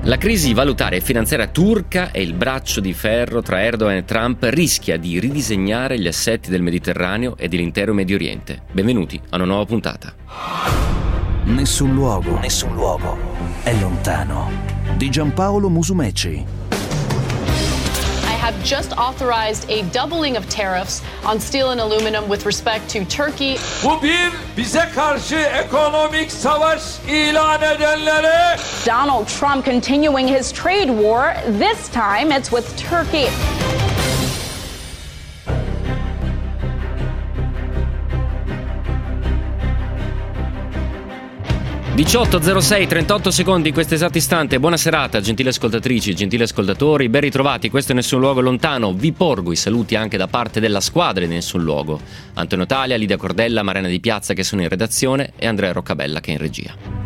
La crisi valutaria e finanziaria turca e il braccio di ferro tra Erdogan e Trump rischia di ridisegnare gli assetti del Mediterraneo e dell'intero Medio Oriente. Benvenuti a una nuova puntata. Nessun luogo è lontano. Di Giampaolo Musumeci. Have just authorized a doubling of tariffs on steel and aluminum with respect to Turkey. Bu bize karşı ekonomik savaş ilan edenlere. Donald Trump continuing his trade war. This time it's with Turkey. 18.06, 38 secondi in questo esatto istante. Buona serata, gentili ascoltatrici, gentili ascoltatori, ben ritrovati. Questo è Nessun Luogo Lontano. Vi porgo i saluti anche da parte della squadra di Nessun Luogo: Antonio Talia, Lidia Cordella, Mariana Di Piazza che sono in redazione e Andrea Roccabella che è in regia.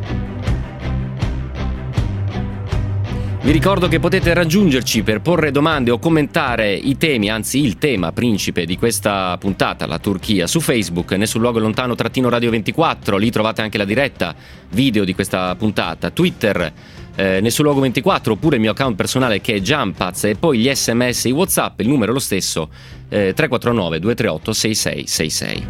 Vi ricordo che potete raggiungerci per porre domande o commentare i temi, anzi il tema principe di questa puntata, la Turchia, su Facebook, Nessun Luogo Lontano _Radio 24, lì trovate anche la diretta video di questa puntata, Twitter, Nessun Luogo 24, oppure il mio account personale che è Giampaz, e poi gli sms e i WhatsApp, il numero è lo stesso, 349 238 6666.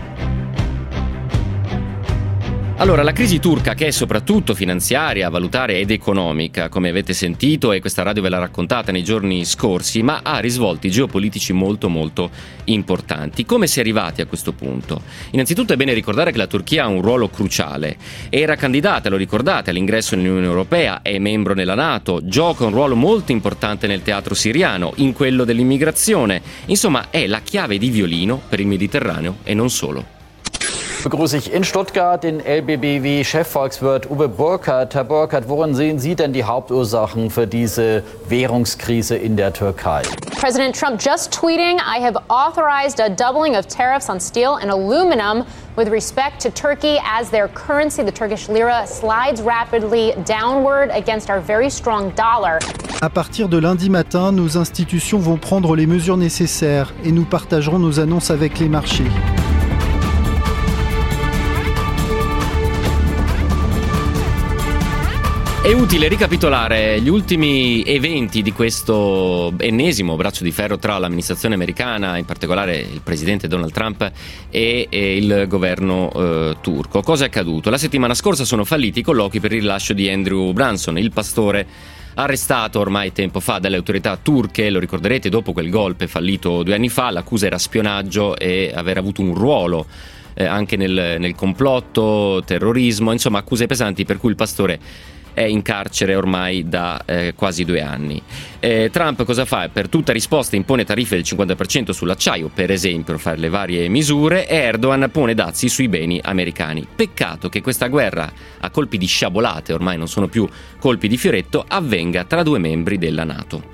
Allora, la crisi turca, che è soprattutto finanziaria, valutaria ed economica, come avete sentito, e questa radio ve l'ha raccontata nei giorni scorsi, ma ha risvolti geopolitici molto importanti. Come si è arrivati a questo punto? Innanzitutto è bene ricordare che la Turchia ha un ruolo cruciale. Era candidata, lo ricordate, all'ingresso nell'Unione Europea, è membro nella NATO, gioca un ruolo molto importante nel teatro siriano, in quello dell'immigrazione. Insomma, è la chiave di violino per il Mediterraneo e non solo. Begrüße ich in Stuttgart den LBBW-Chefvolkswirt Uwe Burkhardt. Herr Burkhardt, worin sehen Sie denn die Hauptursachen für diese Währungskrise in der Türkei? President Trump just tweeting, I have authorized a doubling of tariffs on steel and aluminum with respect to Turkey as their currency, the Turkish lira, slides rapidly downward against our very strong dollar. À partir de lundi matin, nos institutions vont prendre les mesures nécessaires et nous partagerons nos annonces avec les marchés. È utile ricapitolare gli ultimi eventi di questo ennesimo braccio di ferro tra l'amministrazione americana, in particolare il presidente Donald Trump, e il governo turco. Cosa è accaduto? La settimana scorsa sono falliti i colloqui per il rilascio di Andrew Brunson, il pastore arrestato ormai tempo fa dalle autorità turche. Lo ricorderete, dopo quel golpe fallito 2 anni fa, l'accusa era spionaggio e aver avuto un ruolo anche nel complotto, terrorismo, insomma accuse pesanti, per cui il pastore è in carcere ormai da quasi 2 anni. Trump cosa fa? Per tutta risposta impone tariffe del 50% sull'acciaio, per esempio, per fare le varie misure, e Erdogan pone dazi sui beni americani. Peccato che questa guerra a colpi di sciabolate, ormai non sono più colpi di fioretto, avvenga tra 2 membri della NATO.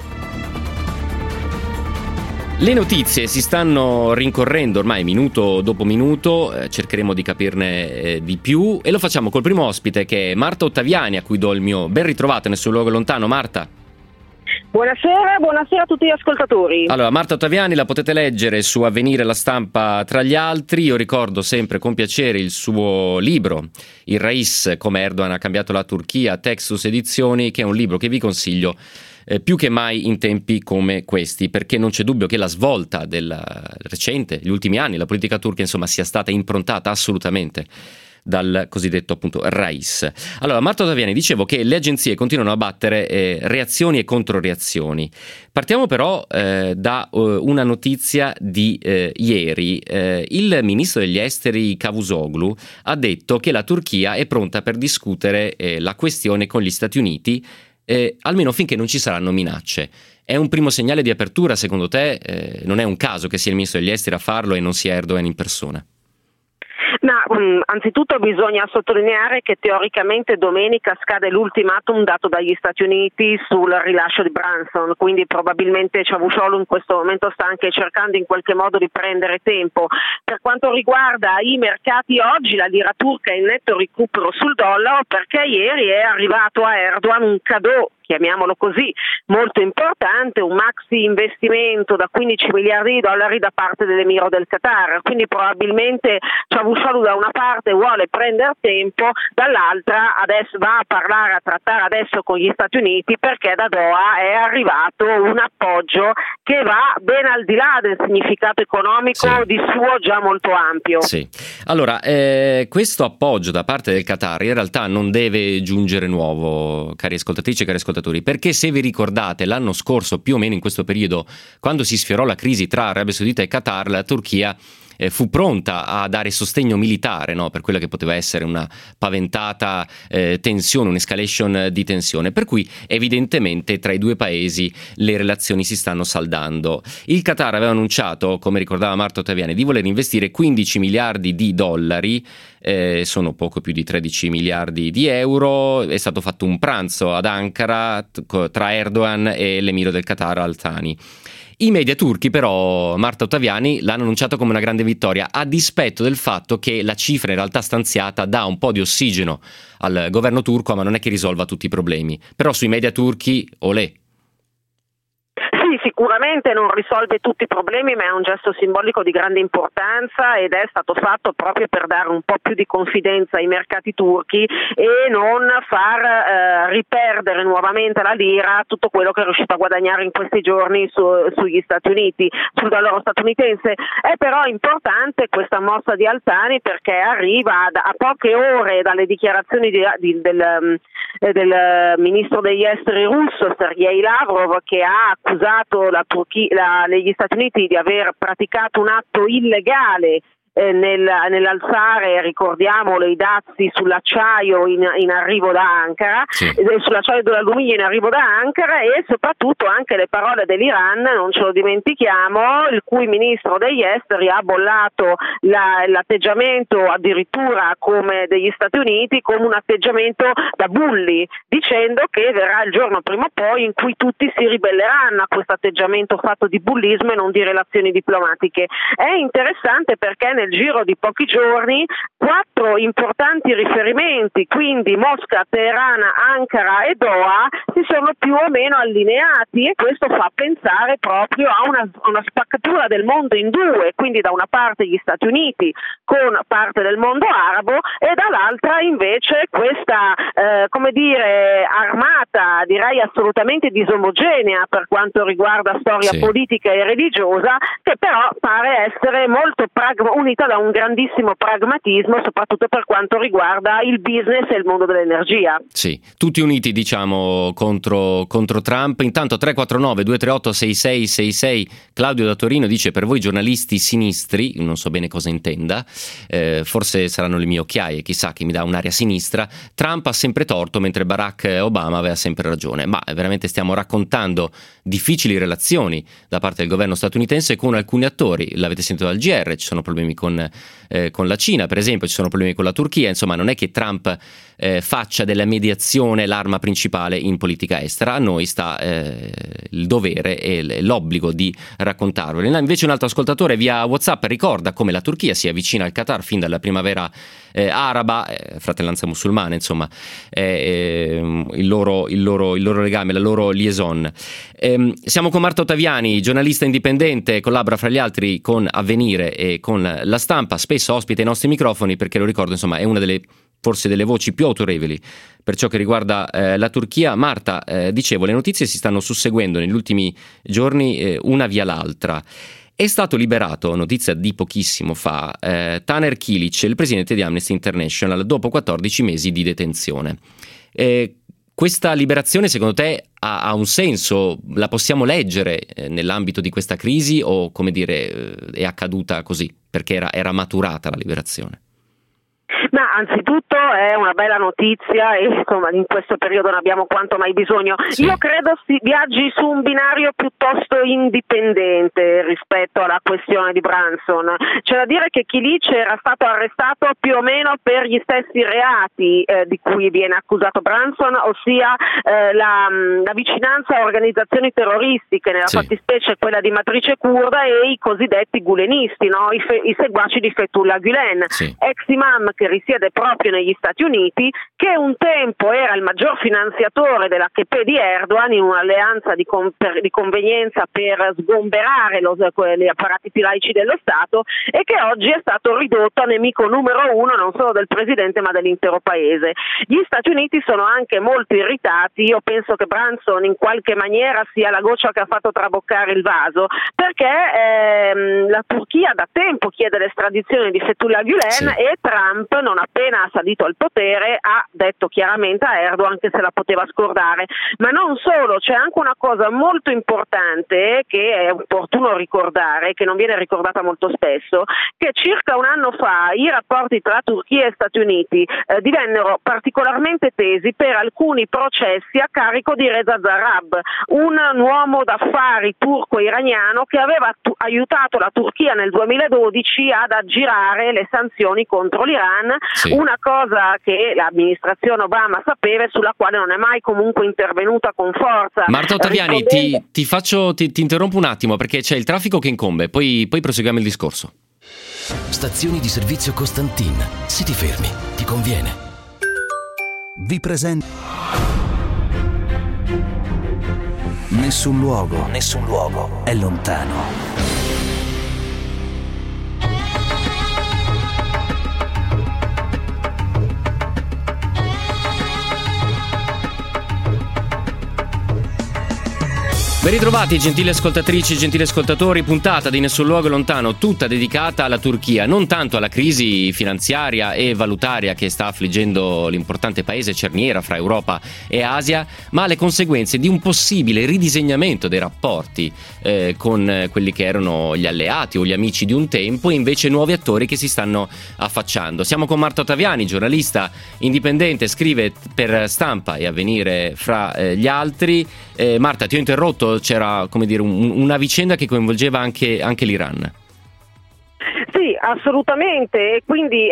Le notizie si stanno rincorrendo ormai minuto dopo minuto, cercheremo di capirne di più, e lo facciamo col primo ospite, che è Marta Ottaviani, a cui do il mio ben ritrovato nel suo luogo lontano. Marta. Buonasera a tutti gli ascoltatori. Allora, Marta Ottaviani la potete leggere su Avvenire, La Stampa tra gli altri. Io ricordo sempre con piacere il suo libro, Il Rais, come Erdogan ha cambiato la Turchia, Textus Edizioni, che è un libro che vi consiglio più che mai in tempi come questi, perché non c'è dubbio che la svolta del recente, gli ultimi anni, la politica turca insomma sia stata improntata assolutamente dal cosiddetto appunto Rais. Allora, Marta Ottaviani, dicevo che le agenzie continuano a battere reazioni e controreazioni. Partiamo però da una notizia di ieri. Il ministro degli esteri Cavusoglu ha detto che la Turchia è pronta per discutere la questione con gli Stati Uniti, almeno finché non ci saranno minacce. È un primo segnale di apertura, secondo te? Non è un caso che sia il ministro degli esteri a farlo e non sia Erdogan in persona? Ma anzitutto bisogna sottolineare che teoricamente domenica scade l'ultimatum dato dagli Stati Uniti sul rilascio di Brunson, quindi probabilmente Cavusoglu in questo momento sta anche cercando in qualche modo di prendere tempo. Per quanto riguarda i mercati oggi, la lira turca è in netto recupero sul dollaro, perché ieri è arrivato a Erdogan un cadeau, chiamiamolo così, molto importante, un maxi investimento da 15 miliardi di dollari da parte dell'Emiro del Qatar, quindi probabilmente Cavusoglu da un una parte vuole prendere tempo, dall'altra adesso va a trattare adesso con gli Stati Uniti, perché da Doha è arrivato un appoggio che va ben al di là del significato economico di suo già molto ampio. Sì. Allora, questo appoggio da parte del Qatar in realtà non deve giungere nuovo, cari ascoltatrici e cari ascoltatori, perché se vi ricordate l'anno scorso, più o meno in questo periodo, quando si sfiorò la crisi tra Arabia Saudita e Qatar, la Turchia fu pronta a dare sostegno militare, no, per quella che poteva essere una paventata tensione, un'escalation di tensione, per cui evidentemente tra i due paesi le relazioni si stanno saldando. Il Qatar aveva annunciato, come ricordava Marta Ottaviani, di voler investire 15 miliardi di dollari, sono poco più di 13 miliardi di euro. È stato fatto un pranzo ad Ankara tra Erdogan e l'emiro del Qatar Al Thani. I media turchi però, Marta Ottaviani, l'hanno annunciato come una grande vittoria, a dispetto del fatto che la cifra in realtà stanziata dà un po' di ossigeno al governo turco, ma non è che risolva tutti i problemi. Però sui media turchi, olè. Sì, sicuramente non risolve tutti i problemi, ma è un gesto simbolico di grande importanza ed è stato fatto proprio per dare un po' più di confidenza ai mercati turchi e non far riperdere nuovamente la lira, tutto quello che è riuscito a guadagnare in questi giorni sugli Stati Uniti, sul dollaro statunitense. È però importante questa mossa di Al Thani perché arriva a poche ore dalle dichiarazioni del ministro degli esteri russo Sergei Lavrov, che ha accusato gli Stati Uniti di aver praticato un atto illegale nell'alzare, ricordiamolo, i dazi sull'acciaio in arrivo da Ankara, sull'acciaio dell'alluminio in arrivo da Ankara, e soprattutto anche le parole dell'Iran, non ce lo dimentichiamo, il cui ministro degli esteri ha bollato l'atteggiamento addirittura come degli Stati Uniti come un atteggiamento da bulli, dicendo che verrà il giorno prima o poi in cui tutti si ribelleranno a questo atteggiamento fatto di bullismo e non di relazioni diplomatiche. È interessante perché nel giro di pochi giorni 4 importanti riferimenti, quindi Mosca, Teheran, Ankara e Doha, si sono più o meno allineati, e questo fa pensare proprio a una spaccatura del mondo in due, quindi da una parte gli Stati Uniti con parte del mondo arabo e dall'altra invece questa armata, direi assolutamente disomogenea per quanto riguarda storia politica e religiosa, che però pare essere molto unita da un grandissimo pragmatismo, soprattutto per quanto riguarda il business e il mondo dell'energia. Sì, tutti uniti diciamo contro Trump. Intanto 349-238-6666, Claudio da Torino dice: per voi giornalisti sinistri, non so bene cosa intenda, forse saranno le mie occhiaie, chissà, che mi dà un'aria sinistra, Trump ha sempre torto mentre Barack Obama aveva sempre ragione. Ma veramente stiamo raccontando difficili relazioni da parte del governo statunitense con alcuni attori. L'avete sentito dal GR, ci sono problemi con la Cina, per esempio, ci sono problemi con la Turchia. Insomma, non è che Trump faccia della mediazione l'arma principale in politica estera. A noi sta il dovere e l'obbligo di raccontarvelo. Invece un altro ascoltatore via WhatsApp ricorda come la Turchia sia vicina al Qatar fin dalla primavera araba, fratellanza musulmana, insomma, il loro legame, la loro liaison. Siamo con Marta Ottaviani, giornalista indipendente, collabora fra gli altri con Avvenire e con La Stampa, spesso ospita i nostri microfoni perché, lo ricordo, insomma, è una forse delle voci più autorevoli per ciò che riguarda la Turchia. Marta, dicevo, le notizie si stanno susseguendo negli ultimi giorni una via l'altra. È stato liberato, notizia di pochissimo fa, Taner Kilic, il presidente di Amnesty International, dopo 14 mesi di detenzione. Questa liberazione, secondo te, ha un senso? La possiamo leggere nell'ambito di questa crisi o, come dire, è accaduta così perché era maturata la liberazione? Ma anzitutto è una bella notizia e insomma in questo periodo ne abbiamo quanto mai bisogno. Sì. Io credo si viaggi su un binario piuttosto indipendente rispetto alla questione di Branson. C'è da dire che Kilic era stato arrestato più o meno per gli stessi reati di cui viene accusato Branson, ossia la vicinanza a organizzazioni terroristiche, nella fattispecie quella di matrice curda, e i cosiddetti gulenisti, no? I seguaci di Fethullah Gülen, ex imam che risiede risiede proprio negli Stati Uniti, che un tempo era il maggior finanziatore dell'AKP di Erdogan in un'alleanza di convenienza per sgomberare gli apparati laici dello Stato, e che oggi è stato ridotto a nemico numero uno non solo del presidente ma dell'intero paese. Gli Stati Uniti sono anche molto irritati. Io penso che Branson in qualche maniera sia la goccia che ha fatto traboccare il vaso, perché la Turchia da tempo chiede l'estradizione di Fethullah Gülen, sì. E Trump, non appena salito al potere, ha detto chiaramente a Erdogan che se la poteva scordare. Ma non solo, c'è anche una cosa molto importante che è opportuno ricordare, che non viene ricordata molto spesso, che circa un anno fa i rapporti tra Turchia e Stati Uniti divennero particolarmente tesi per alcuni processi a carico di Reza Zarrab, un uomo d'affari turco-iraniano che aveva aiutato la Turchia nel 2012 ad aggirare le sanzioni contro l'Iran, sì. Una cosa che l'amministrazione Obama sapeva e sulla quale non è mai comunque intervenuta con forza. Marta Ottaviani, ti interrompo un attimo perché c'è il traffico che incombe, poi proseguiamo il discorso. Stazioni di servizio Costantin. Se ti fermi, ti conviene. Vi presento. Nessun luogo è lontano. Ben ritrovati, gentili ascoltatrici, gentili ascoltatori, puntata di Nessun luogo lontano, tutta dedicata alla Turchia, non tanto alla crisi finanziaria e valutaria che sta affliggendo l'importante paese cerniera fra Europa e Asia, ma alle conseguenze di un possibile ridisegnamento dei rapporti con quelli che erano gli alleati o gli amici di un tempo, e invece nuovi attori che si stanno affacciando. Siamo con Marta Ottaviani, giornalista indipendente, scrive per Stampa e Avvenire fra gli altri. Marta, ti ho interrotto. C'era, come dire, una vicenda che coinvolgeva anche l'Iran. Sì, assolutamente, e quindi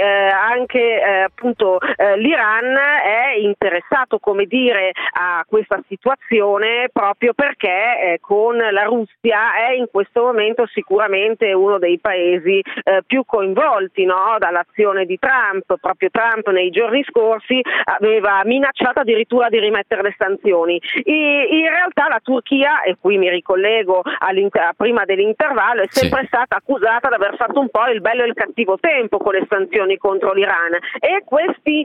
l'Iran è interessato, come dire, a questa situazione proprio perché con la Russia è in questo momento sicuramente uno dei paesi più coinvolti, no, dall'azione di Trump. Proprio Trump nei giorni scorsi aveva minacciato addirittura di rimettere le sanzioni. In realtà la Turchia, e qui mi ricollego prima dell'intervallo, è sempre stata accusata di aver fatto un po' il bello e il cattivo tempo con le sanzioni contro l'Iran, e questi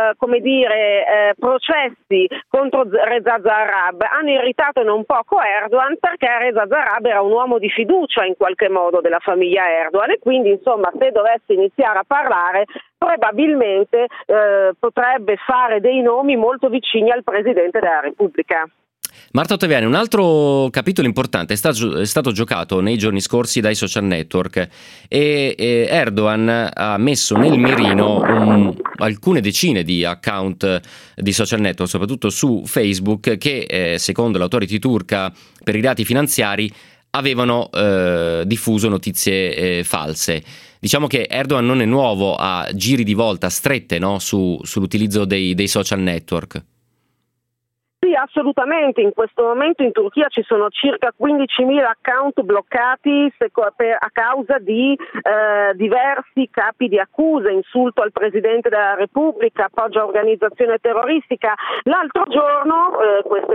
processi contro Reza Zarrab hanno irritato non poco Erdogan, perché Reza Zarrab era un uomo di fiducia in qualche modo della famiglia Erdogan, e quindi insomma se dovesse iniziare a parlare probabilmente potrebbe fare dei nomi molto vicini al Presidente della Repubblica. Marta Ottaviani, un altro capitolo importante è stato giocato nei giorni scorsi dai social network, e Erdogan ha messo nel mirino alcune decine di account di social network, soprattutto su Facebook, che secondo l'autority turca per i dati finanziari avevano diffuso notizie false. Diciamo che Erdogan non è nuovo a giri di volta strette, no, sull'utilizzo dei social network. Sì, assolutamente. In questo momento in Turchia ci sono circa 15.000 account bloccati a causa di diversi capi di accusa: insulto al Presidente della Repubblica, appoggio a organizzazione terroristica. L'altro giorno questi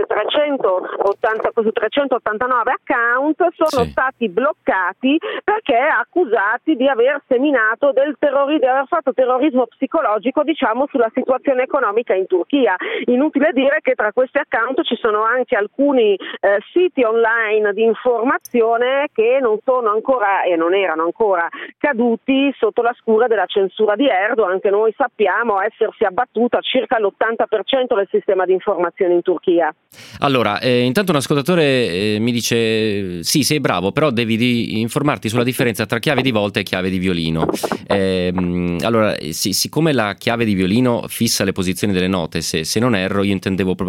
389 account sono stati bloccati perché accusati di aver seminato di aver fatto terrorismo psicologico, diciamo, sulla situazione economica in Turchia. Inutile dire che tra questi account ci sono anche alcuni siti online di informazione che non sono ancora e non erano ancora caduti sotto la scure della censura di Erdogan, che noi sappiamo essersi abbattuta circa l'80% del sistema di informazione in Turchia. Allora, intanto un ascoltatore mi dice: sì, sei bravo, però devi informarti sulla differenza tra chiave di volta e chiave di violino. Allora, siccome la chiave di violino fissa le posizioni delle note, se non erro, io intendevo proprio questo,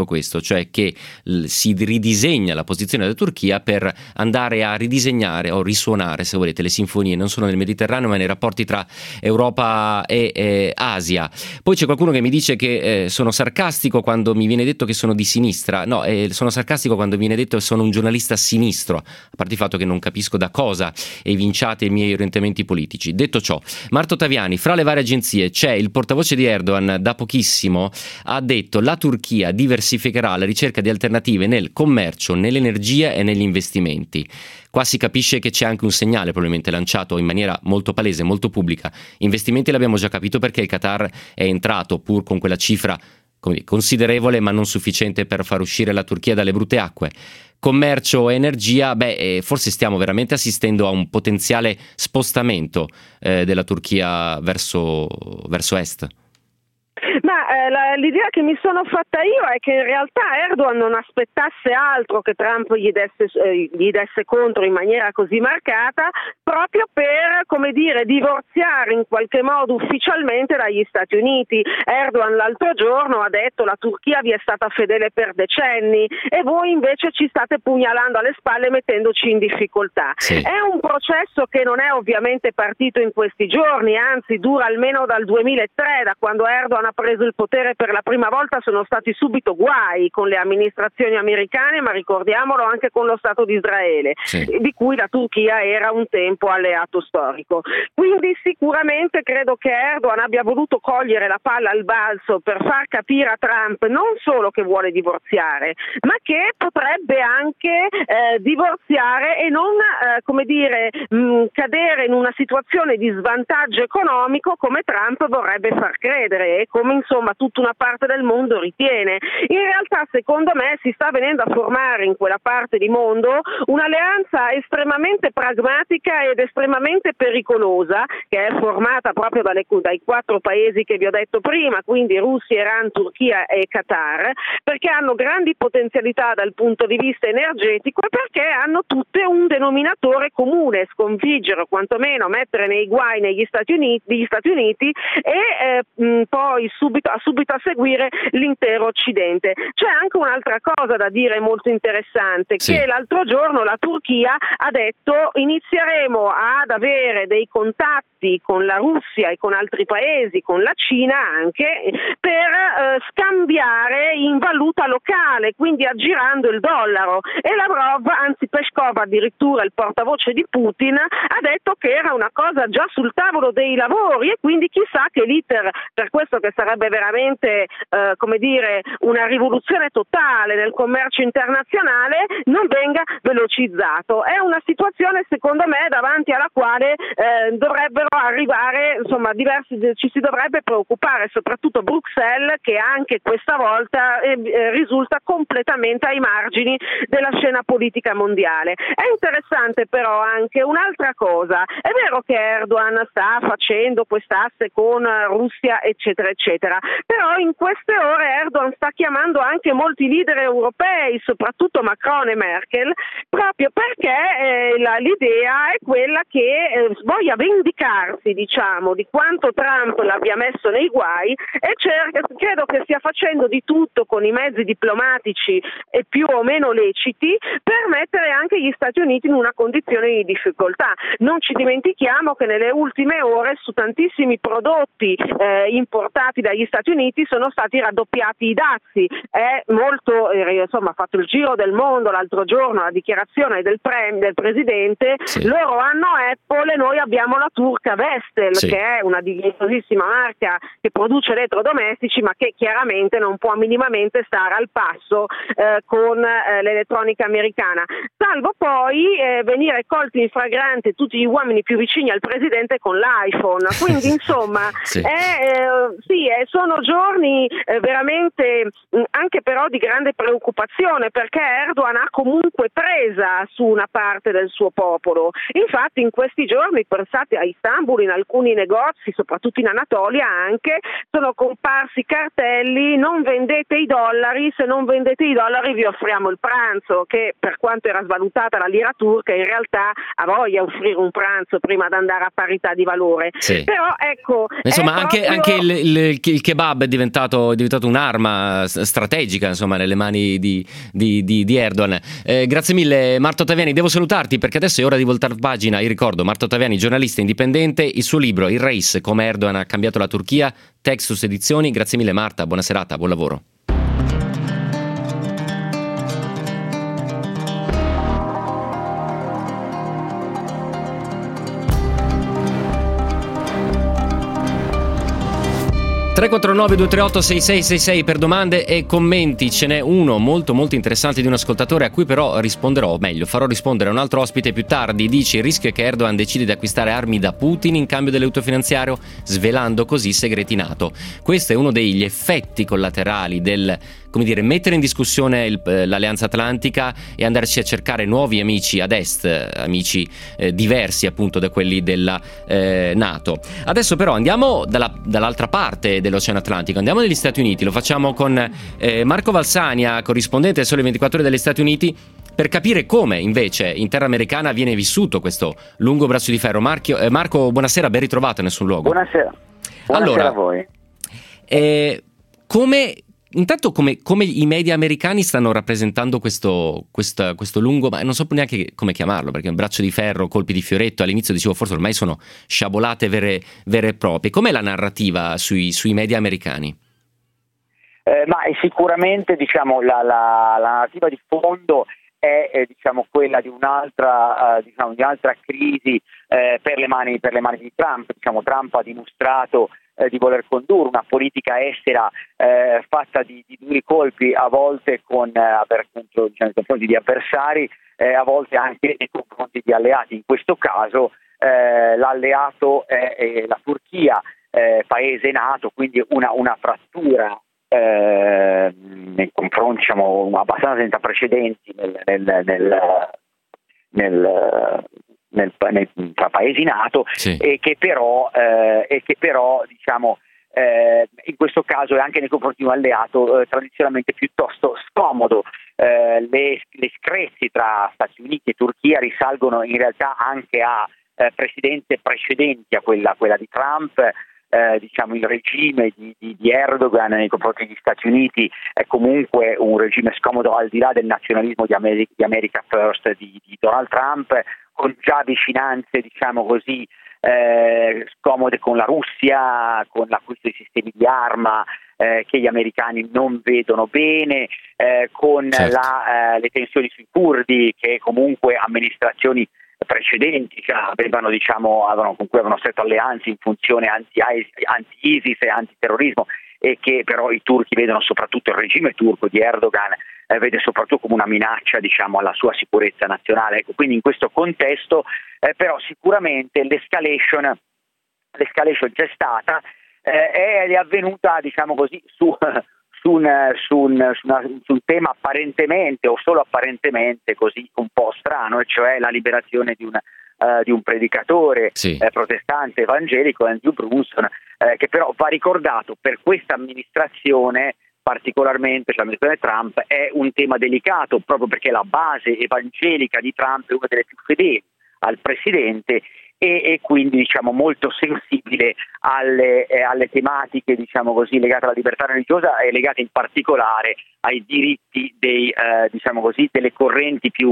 cioè che si ridisegna la posizione della Turchia per andare a ridisegnare o risuonare, se volete, le sinfonie non solo nel Mediterraneo ma nei rapporti tra Europa e Asia. Poi c'è qualcuno che mi dice che sono sarcastico quando mi viene detto che sono di sinistra. No, sono sarcastico quando mi viene detto che sono un giornalista sinistro, a parte il fatto che non capisco da cosa evinciate i miei orientamenti politici. Detto ciò, Marto Taviani, fra le varie agenzie c'è il portavoce di Erdogan, da pochissimo ha detto: la Turchia diversificherà la ricerca di alternative nel commercio, nell'energia e negli investimenti. Qua si capisce che c'è anche un segnale probabilmente lanciato in maniera molto palese, molto pubblica. Investimenti l'abbiamo già capito perché il Qatar è entrato, pur con quella cifra considerevole ma non sufficiente per far uscire la Turchia dalle brutte acque. Commercio e energia, forse stiamo veramente assistendo a un potenziale spostamento della Turchia verso est. Ma l'idea che mi sono fatta io è che in realtà Erdogan non aspettasse altro che Trump gli desse contro in maniera così marcata, proprio per, come dire, divorziare in qualche modo ufficialmente dagli Stati Uniti. Erdogan l'altro giorno ha detto: la Turchia vi è stata fedele per decenni e voi invece ci state pugnalando alle spalle mettendoci in difficoltà. Sì. È un processo che non è ovviamente partito in questi giorni, anzi dura almeno dal 2003, da quando Erdogan ha preso il potere per la prima volta. Sono stati subito guai con le amministrazioni americane, ma ricordiamolo anche con lo Stato di Israele, sì, di cui la Turchia era un tempo alleato storico. Quindi sicuramente credo che Erdogan abbia voluto cogliere la palla al balzo per far capire a Trump non solo che vuole divorziare, ma che potrebbe anche divorziare e non cadere in una situazione di svantaggio economico come Trump vorrebbe far credere e come insomma tutta una parte del mondo ritiene. In realtà secondo me si sta venendo a formare in quella parte di mondo un'alleanza estremamente pragmatica ed estremamente pericolosa, che è formata proprio dai 4 paesi che vi ho detto prima, quindi Russia, Iran, Turchia e Qatar, perché hanno grandi potenzialità dal punto di vista energetico e perché hanno tutte un denominatore comune: sconfiggere o quantomeno mettere nei guai gli Stati Uniti e poi subito a seguire l'intero Occidente. C'è anche un'altra cosa da dire molto interessante, sì, che l'altro giorno la Turchia ha detto: inizieremo ad avere dei contatti con la Russia e con altri paesi, con la Cina anche, per scambiare in valuta locale, quindi aggirando il dollaro. E Lavrov, anzi Peskov addirittura, il portavoce di Putin, ha detto che era una cosa già sul tavolo dei lavori e quindi chissà che l'iter, per questo che sarebbe veramente una rivoluzione totale nel commercio internazionale, non venga velocizzato. È una situazione secondo me davanti alla quale dovrebbero arrivare, insomma, ci si dovrebbe preoccupare, soprattutto Bruxelles, che anche questa volta risulta completamente ai margini della scena politica mondiale. È interessante però anche un'altra cosa: è vero che Erdogan sta facendo quest'asse con Russia eccetera eccetera, però in queste ore Erdogan sta chiamando anche molti leader europei, soprattutto Macron e Merkel, proprio perché l'idea è quella che voglia vendicarsi, diciamo, di quanto Trump l'abbia messo nei guai e credo che stia facendo di tutto con i mezzi diplomatici e più o meno leciti per mettere anche gli Stati Uniti in una condizione di difficoltà. Non ci dimentichiamo che nelle ultime ore su tantissimi prodotti importati dagli Stati Uniti sono stati raddoppiati i dazi. È molto, ha fatto il giro del mondo l'altro giorno la dichiarazione del presidente, sì, loro hanno Apple e noi abbiamo la turca Vestel, sì, che è una dignitosissima marca che produce elettrodomestici ma che chiaramente non può minimamente stare al passo con l'elettronica americana, salvo poi venire colti in flagrante tutti gli uomini più vicini al presidente con l'iPhone. Quindi insomma sì, sono giorni veramente anche però di grande preoccupazione, perché Erdogan ha comunque presa su una parte del suo popolo. Infatti in questi giorni, pensate, a Istanbul in alcuni negozi, soprattutto in Anatolia anche, sono comparsi cartelli: non vendete i dollari, se non vendete i dollari vi offriamo il pranzo, che per quanto era svalutata la lira turca in realtà ha voglia offrire un pranzo prima di andare a parità di valore. Sì. Però ecco, insomma anche il kebab è diventato un'arma strategica, insomma, nelle mani di Erdogan. Grazie mille Marta Ottaviani, devo salutarti perché adesso è ora di voltare pagina. Io ricordo Marta Ottaviani, giornalista indipendente, il suo libro Il Rais, come Erdogan ha cambiato la Turchia, Textus Edizioni. Grazie mille Marta, buona serata, buon lavoro. (349-238-6666) per domande e commenti. Ce n'è uno molto molto interessante di un ascoltatore a cui però risponderò, o meglio farò rispondere a un altro ospite più tardi. Dice: il rischio è che Erdogan decide di acquistare armi da Putin in cambio dell'aiuto finanziario, svelando così segreti NATO. Questo è uno degli effetti collaterali del, come dire, mettere in discussione l'Alleanza Atlantica e andarci a cercare nuovi amici ad est, amici diversi appunto da quelli della NATO. Adesso però andiamo dall'altra parte dell'Oceano Atlantico, andiamo negli Stati Uniti, lo facciamo con Marco Valsania, corrispondente Sole 24 Ore degli Stati Uniti, per capire come invece in terra americana viene vissuto questo lungo braccio di ferro. Marco, buonasera, ben ritrovato a Nessun Luogo. Buonasera allora, a voi. Come i media americani stanno rappresentando questo lungo, ma non so neanche come chiamarlo, perché è un braccio di ferro, colpi di fioretto, all'inizio dicevo forse ormai sono sciabolate vere e proprie. Com'è la narrativa sui media americani? Ma è sicuramente, diciamo, la narrativa di fondo è diciamo quella di un'altra di altra crisi per le mani di Trump. Diciamo, Trump ha dimostrato di voler condurre una politica estera fatta di duri colpi, a volte con nei confronti di avversari, a volte anche nei confronti di alleati. In questo caso l'alleato è la Turchia, paese NATO, quindi una frattura nei confronti, diciamo, abbastanza senza precedenti tra paesi NATO, sì. e che però diciamo in questo caso e anche nei confronti di un alleato tradizionalmente piuttosto scomodo. Le screzi tra Stati Uniti e Turchia risalgono in realtà anche a presidenze precedenti a quella di Trump. Diciamo, il regime di Erdogan nei confronti degli Stati Uniti è comunque un regime scomodo, al di là del nazionalismo di America First di Donald Trump, con già vicinanze, diciamo così, scomode con la Russia, con l'acquisto di sistemi di arma che gli americani non vedono bene, con certo. Le tensioni sui curdi, che comunque amministrazioni precedenti avevano con cui avevano stretto alleanze in funzione anti-ISIS e antiterrorismo, e che però i turchi vedono, soprattutto il regime turco di Erdogan vede soprattutto come una minaccia, diciamo, alla sua sicurezza nazionale. Ecco, quindi in questo contesto però sicuramente l'escalation c'è stata, è avvenuta, diciamo così, su un tema apparentemente o solo apparentemente così un po' strano, e cioè la liberazione di un predicatore sì. Protestante evangelico, Andrew Brunson, che però va ricordato per questa amministrazione, particolarmente l'amministrazione Trump, è un tema delicato, proprio perché la base evangelica di Trump è una delle più fedeli al presidente e quindi, diciamo, molto sensibile alle tematiche, diciamo così, legate alla libertà religiosa e legate in particolare ai diritti diciamo così, delle correnti più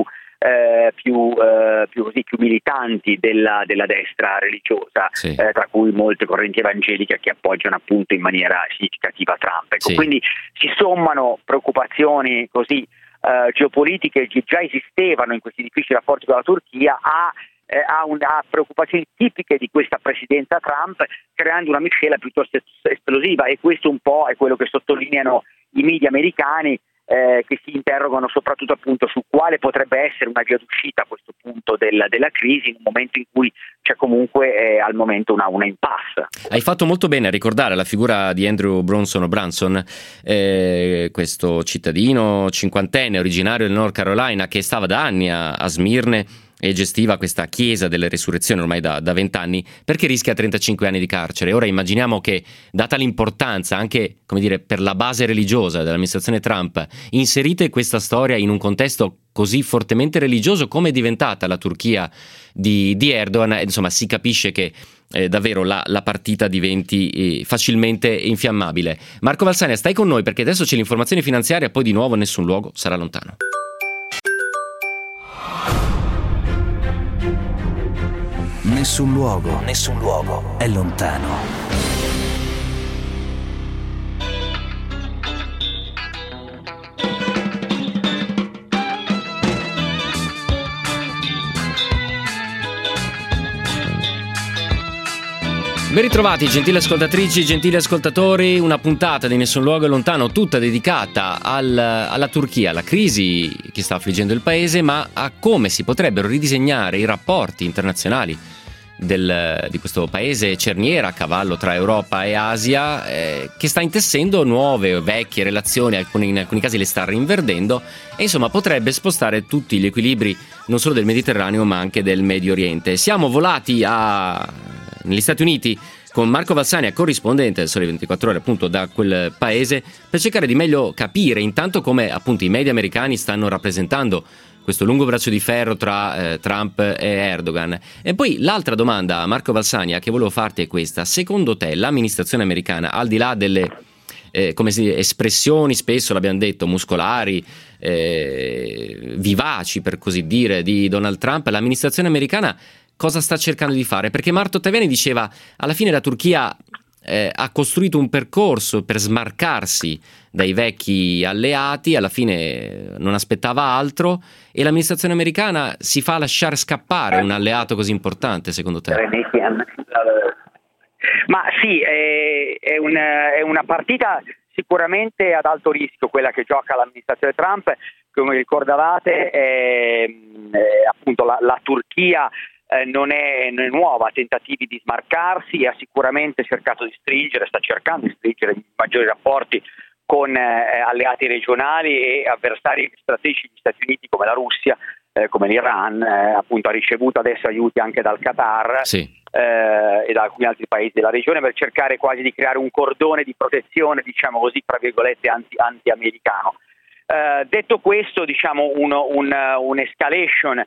militanti della destra religiosa, sì. Tra cui molte correnti evangeliche che appoggiano appunto in maniera significativa Trump. Ecco, sì. Quindi si sommano preoccupazioni così geopolitiche che già esistevano in questi difficili rapporti con la Turchia a preoccupazioni tipiche di questa presidenza Trump, creando una miscela piuttosto esplosiva, e questo un po' è quello che sottolineano i media americani, che si interrogano soprattutto appunto su quale potrebbe essere una via d'uscita a questo punto della crisi, in un momento in cui c'è comunque al momento una impasse. Hai fatto molto bene a ricordare la figura di Andrew Branson, questo cittadino cinquantenne originario del North Carolina che stava da anni a Smirne e gestiva questa chiesa delle resurrezioni ormai da 20 anni, perché rischia 35 anni di carcere. Ora immaginiamo che, data l'importanza anche, come dire, per la base religiosa dell'amministrazione Trump, inserite questa storia in un contesto così fortemente religioso come è diventata la Turchia di Erdogan, insomma si capisce che davvero la partita diventi facilmente infiammabile. Marco Valsania, stai con noi perché adesso c'è l'informazione finanziaria, poi di nuovo Nessun luogo sarà lontano. Nessun luogo è lontano. Ben ritrovati, gentili ascoltatrici, gentili ascoltatori, una puntata di Nessun luogo è lontano, tutta dedicata alla Turchia, alla crisi che sta affliggendo il paese, ma a come si potrebbero ridisegnare i rapporti internazionali di questo paese cerniera a cavallo tra Europa e Asia, che sta intessendo nuove o vecchie relazioni, in alcuni casi le sta rinverdendo, e insomma potrebbe spostare tutti gli equilibri non solo del Mediterraneo ma anche del Medio Oriente. Siamo volati negli Stati Uniti con Marco Valsania, corrispondente del Sole 24 Ore appunto da quel paese, per cercare di meglio capire intanto come appunto i media americani stanno rappresentando questo lungo braccio di ferro tra Trump e Erdogan. E poi l'altra domanda, Marco Valsania, che volevo farti è questa: secondo te l'amministrazione americana, al di là delle espressioni, spesso l'abbiamo detto, muscolari, vivaci per così dire, di Donald Trump, l'amministrazione americana cosa sta cercando di fare? Perché Marto Taviani diceva alla fine la Turchia ha costruito un percorso per smarcarsi dai vecchi alleati, alla fine non aspettava altro, e l'amministrazione americana si fa lasciare scappare un alleato così importante, secondo te? Ma sì, è una partita sicuramente ad alto rischio quella che gioca l'amministrazione Trump. Come ricordavate, appunto la Turchia non è nuova a tentativi di smarcarsi, ha sicuramente sta cercando di stringere maggiori rapporti con alleati regionali e avversari strategici degli Stati Uniti come la Russia, come l'Iran, appunto ha ricevuto adesso aiuti anche dal Qatar, sì, e da alcuni altri paesi della regione, per cercare quasi di creare un cordone di protezione, diciamo così, tra virgolette anti-americano. Detto questo, diciamo un'escalation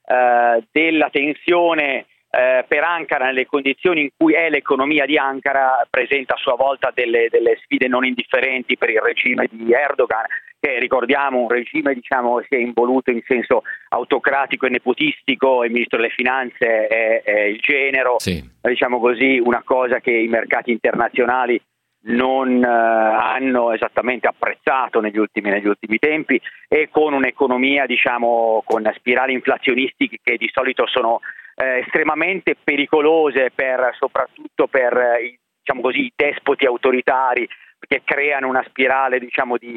della tensione per Ankara nelle condizioni in cui è l'economia di Ankara presenta a sua volta delle sfide non indifferenti per il regime di Erdogan, che ricordiamo un regime, diciamo, si è involuto in senso autocratico e nepotistico. Il ministro delle finanze è il genero, sì, diciamo così, una cosa che i mercati internazionali non hanno esattamente apprezzato negli ultimi tempi, e con un'economia, diciamo, con spirali inflazionistiche che di solito sono estremamente pericolose soprattutto per diciamo così, i despoti autoritari, che creano una spirale, diciamo, di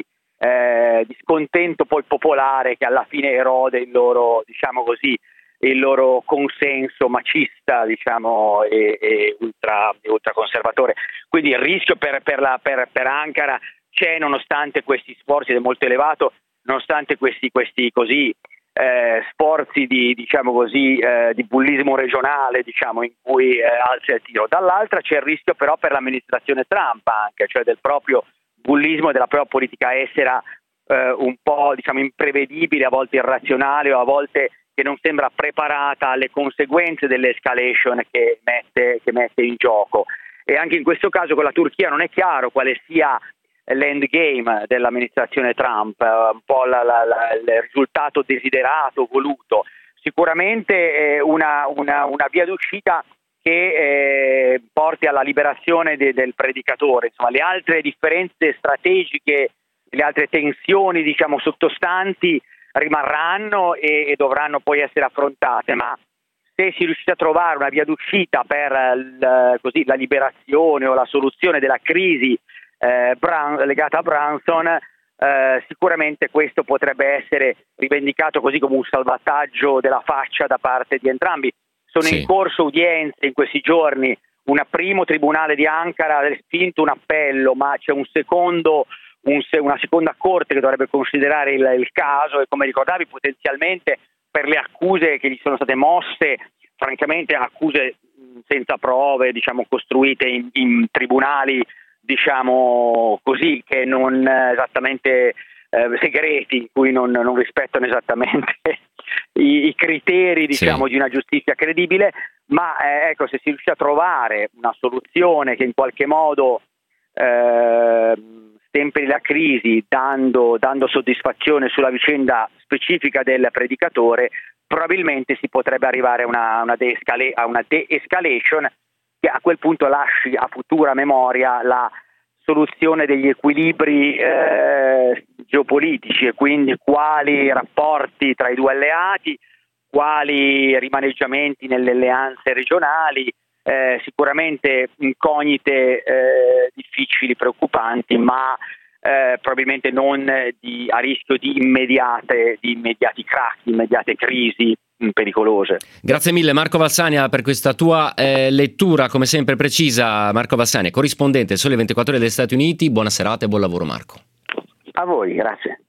scontento poi popolare, che alla fine erode il loro, diciamo così, il loro consenso macista, diciamo, e ultraconservatore. Quindi il rischio per Ankara c'è, nonostante questi sforzi, ed è molto elevato, nonostante questi così sforzi di, diciamo così, di bullismo regionale, diciamo, in cui alza il tiro. Dall'altra c'è il rischio però per l'amministrazione Trump anche, cioè del proprio bullismo e della propria politica estera un po', diciamo, imprevedibile, a volte irrazionale, o a volte che non sembra preparata alle conseguenze dell'escalation che mette in gioco. E anche in questo caso con la Turchia non è chiaro quale sia l'endgame dell'amministrazione Trump, un po' il risultato desiderato, voluto. Sicuramente una via d'uscita che porti alla liberazione del predicatore. Insomma, le altre differenze strategiche, le altre tensioni, diciamo, sottostanti rimarranno e dovranno poi essere affrontate, ma se si riuscisse a trovare una via d'uscita per la liberazione o la soluzione della crisi legata a Branson, sicuramente questo potrebbe essere rivendicato così come un salvataggio della faccia da parte di entrambi. Sono in corso udienze in questi giorni, un primo tribunale di Ankara ha spinto un appello, ma c'è una seconda corte che dovrebbe considerare il caso, e come ricordavi potenzialmente per le accuse che gli sono state mosse, francamente accuse senza prove, diciamo, costruite in tribunali, diciamo così, che non esattamente segreti, in cui non rispettano esattamente i criteri, diciamo, di una giustizia credibile, ma ecco, se si riesce a trovare una soluzione che in qualche modo stemperi la crisi dando soddisfazione sulla vicenda specifica del predicatore, probabilmente si potrebbe arrivare a una de-escalation che a quel punto lasci a futura memoria la soluzione degli equilibri geopolitici, e quindi quali rapporti tra i due alleati, quali rimaneggiamenti nelle alleanze regionali, sicuramente incognite difficili, preoccupanti, ma probabilmente non a rischio di immediati crack, di immediate crisi pericolose. Grazie mille Marco Valsania per questa tua lettura, come sempre precisa. Marco Valsania, corrispondente Sole 24 Ore degli Stati Uniti. Buona serata e buon lavoro, Marco. A voi, grazie.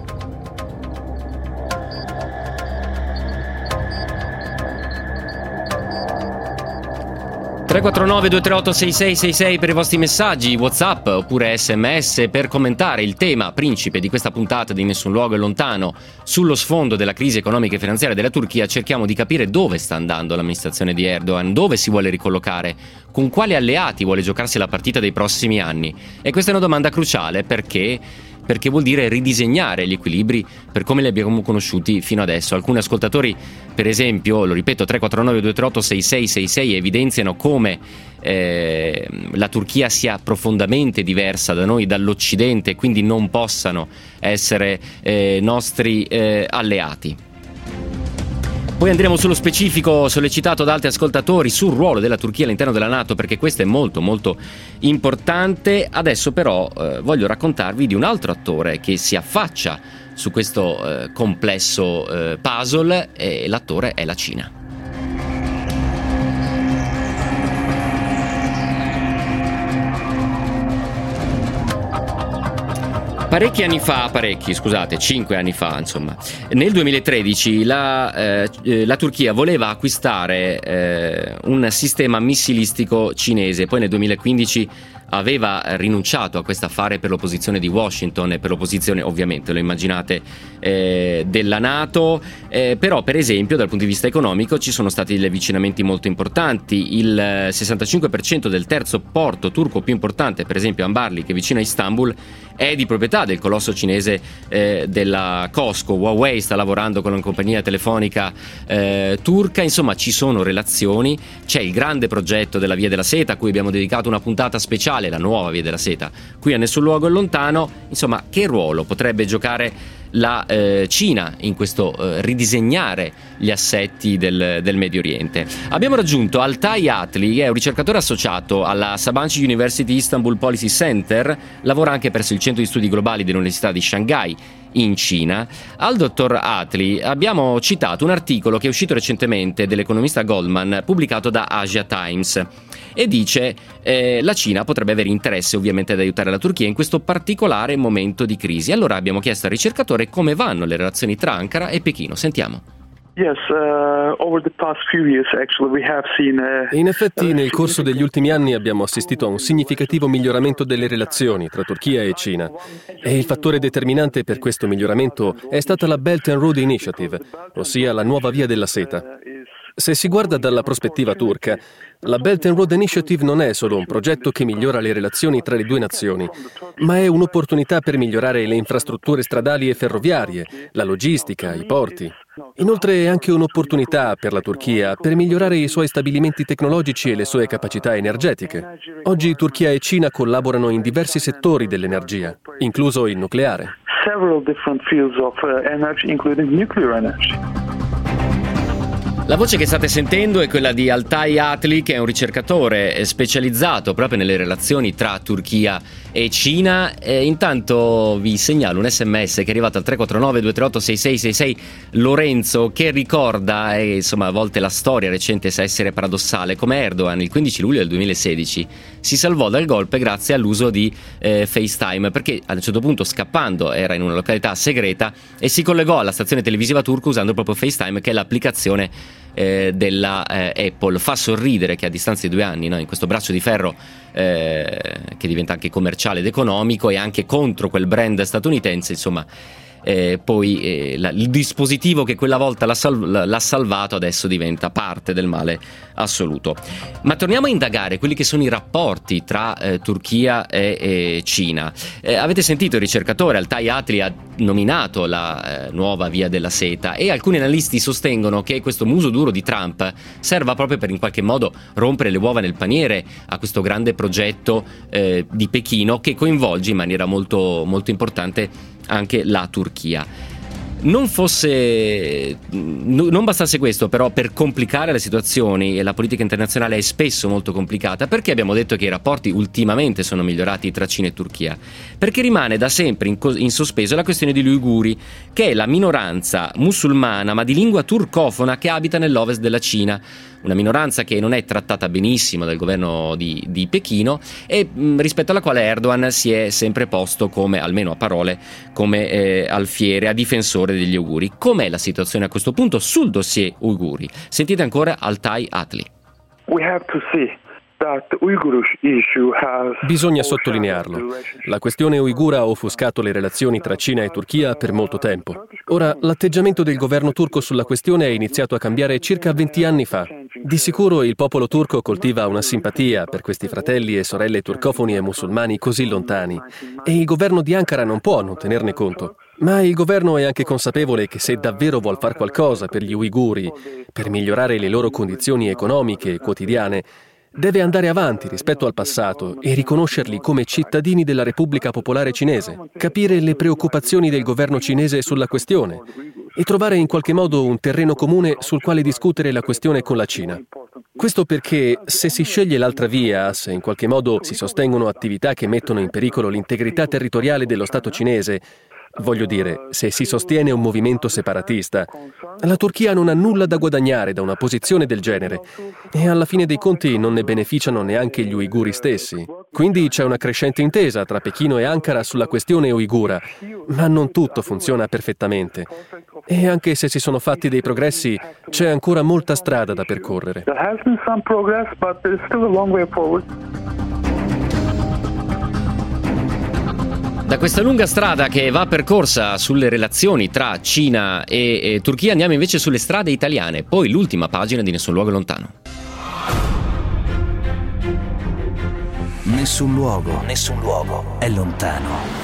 (349-238-6666) per i vostri messaggi, WhatsApp oppure SMS per commentare il tema principe di questa puntata di Nessun Luogo è Lontano. Sullo sfondo della crisi economica e finanziaria della Turchia cerchiamo di capire dove sta andando l'amministrazione di Erdogan, dove si vuole ricollocare, con quali alleati vuole giocarsi la partita dei prossimi anni. E questa è una domanda cruciale perché vuol dire ridisegnare gli equilibri per come li abbiamo conosciuti fino adesso. Alcuni ascoltatori, per esempio, lo ripeto, 349-238-6666, evidenziano come la Turchia sia profondamente diversa da noi, dall'Occidente, e quindi non possano essere nostri alleati. Poi andremo sullo specifico sollecitato da altri ascoltatori sul ruolo della Turchia all'interno della NATO, perché questo è molto molto importante. Adesso però voglio raccontarvi di un altro attore che si affaccia su questo complesso puzzle, e l'attore è la Cina. Cinque anni fa, insomma, nel 2013 la Turchia voleva acquistare un sistema missilistico cinese, poi nel 2015 aveva rinunciato a questo affare per l'opposizione di Washington e per l'opposizione, ovviamente lo immaginate, della NATO, però per esempio dal punto di vista economico ci sono stati degli avvicinamenti molto importanti. Il 65% del terzo porto turco più importante, per esempio Ambarli, che è vicino a Istanbul, è di proprietà del colosso cinese della Cosco. Huawei sta lavorando con una compagnia telefonica turca. Insomma, ci sono relazioni. C'è il grande progetto della Via della Seta, a cui abbiamo dedicato una puntata speciale, la nuova Via della Seta, qui a Nessun Luogo è Lontano. Insomma, che ruolo potrebbe giocare la Cina in questo ridisegnare gli assetti del Medio Oriente? Abbiamo raggiunto Altay Atli, che è un ricercatore associato alla Sabancı University Istanbul Policy Center, lavora anche presso il Centro di Studi Globali dell'Università di Shanghai in Cina. Al dottor Atli abbiamo citato un articolo che è uscito recentemente dell'economista Goldman, pubblicato da Asia Times, e dice la Cina potrebbe avere interesse ovviamente ad aiutare la Turchia in questo particolare momento di crisi. Allora abbiamo chiesto al ricercatore come vanno le relazioni tra Ankara e Pechino. Sentiamo. In effetti, nel corso degli ultimi anni abbiamo assistito a un significativo miglioramento delle relazioni tra Turchia e Cina, e il fattore determinante per questo miglioramento è stata la Belt and Road Initiative, ossia la nuova via della seta. Se si guarda dalla prospettiva turca, la Belt and Road Initiative non è solo un progetto che migliora le relazioni tra le due nazioni, ma è un'opportunità per migliorare le infrastrutture stradali e ferroviarie, la logistica, i porti. Inoltre è anche un'opportunità per la Turchia per migliorare i suoi stabilimenti tecnologici e le sue capacità energetiche. Oggi Turchia e Cina collaborano in diversi settori dell'energia, incluso il nucleare. Several different fields of energy, including nuclear energy. La voce che state sentendo è quella di Altay Atli, che è un ricercatore specializzato proprio nelle relazioni tra Turchia e Cina. Intanto vi segnalo un SMS che è arrivato al 349-238-6666, Lorenzo, che ricorda, insomma, a volte la storia recente sa essere paradossale, come Erdogan il 15 luglio del 2016 si salvò dal golpe grazie all'uso di FaceTime, perché a un certo punto, scappando, era in una località segreta e si collegò alla stazione televisiva turca usando proprio FaceTime, che è l'applicazione della Apple. Fa sorridere che a distanza di 2 anni, no, in questo braccio di ferro che diventa anche commerciale ed economico e anche contro quel brand statunitense, insomma, poi il dispositivo che quella volta l'ha salvato adesso diventa parte del male assoluto. Ma torniamo a indagare quelli che sono i rapporti tra Turchia e Cina. Avete sentito il ricercatore Altai Atli ha nominato la nuova via della seta, e alcuni analisti sostengono che questo muso duro di Trump serva proprio per in qualche modo rompere le uova nel paniere a questo grande progetto di Pechino, che coinvolge in maniera molto, molto importante anche la Turchia. Non bastasse questo però per complicare le situazioni, e la politica internazionale è spesso molto complicata, perché abbiamo detto che i rapporti ultimamente sono migliorati tra Cina e Turchia? Perché rimane da sempre in sospeso la questione degli uiguri, che è la minoranza musulmana ma di lingua turcofona che abita nell'ovest della Cina, una minoranza che non è trattata benissimo dal governo di Pechino e rispetto alla quale Erdogan si è sempre posto come, almeno a parole, come alfiere, a difensore degli uiguri. Com'è la situazione a questo punto sul dossier uiguri? Sentite ancora Altai Atli. Bisogna sottolinearlo. La questione uigura ha offuscato le relazioni tra Cina e Turchia per molto tempo. Ora, l'atteggiamento del governo turco sulla questione è iniziato a cambiare circa 20 anni fa. Di sicuro il popolo turco coltiva una simpatia per questi fratelli e sorelle turcofoni e musulmani così lontani, e il governo di Ankara non può non tenerne conto. Ma il governo è anche consapevole che se davvero vuol far qualcosa per gli uiguri, per migliorare le loro condizioni economiche e quotidiane, deve andare avanti rispetto al passato e riconoscerli come cittadini della Repubblica Popolare Cinese, capire le preoccupazioni del governo cinese sulla questione e trovare in qualche modo un terreno comune sul quale discutere la questione con la Cina. Questo perché se si sceglie l'altra via, se in qualche modo si sostengono attività che mettono in pericolo l'integrità territoriale dello Stato cinese, voglio dire, se si sostiene un movimento separatista, la Turchia non ha nulla da guadagnare da una posizione del genere e alla fine dei conti non ne beneficiano neanche gli uiguri stessi. Quindi c'è una crescente intesa tra Pechino e Ankara sulla questione uigura, ma non tutto funziona perfettamente. E anche se si sono fatti dei progressi, c'è ancora molta strada da percorrere. Da questa lunga strada che va percorsa sulle relazioni tra Cina e Turchia andiamo invece sulle strade italiane, poi l'ultima pagina di Nessun luogo lontano. Nessun luogo è lontano.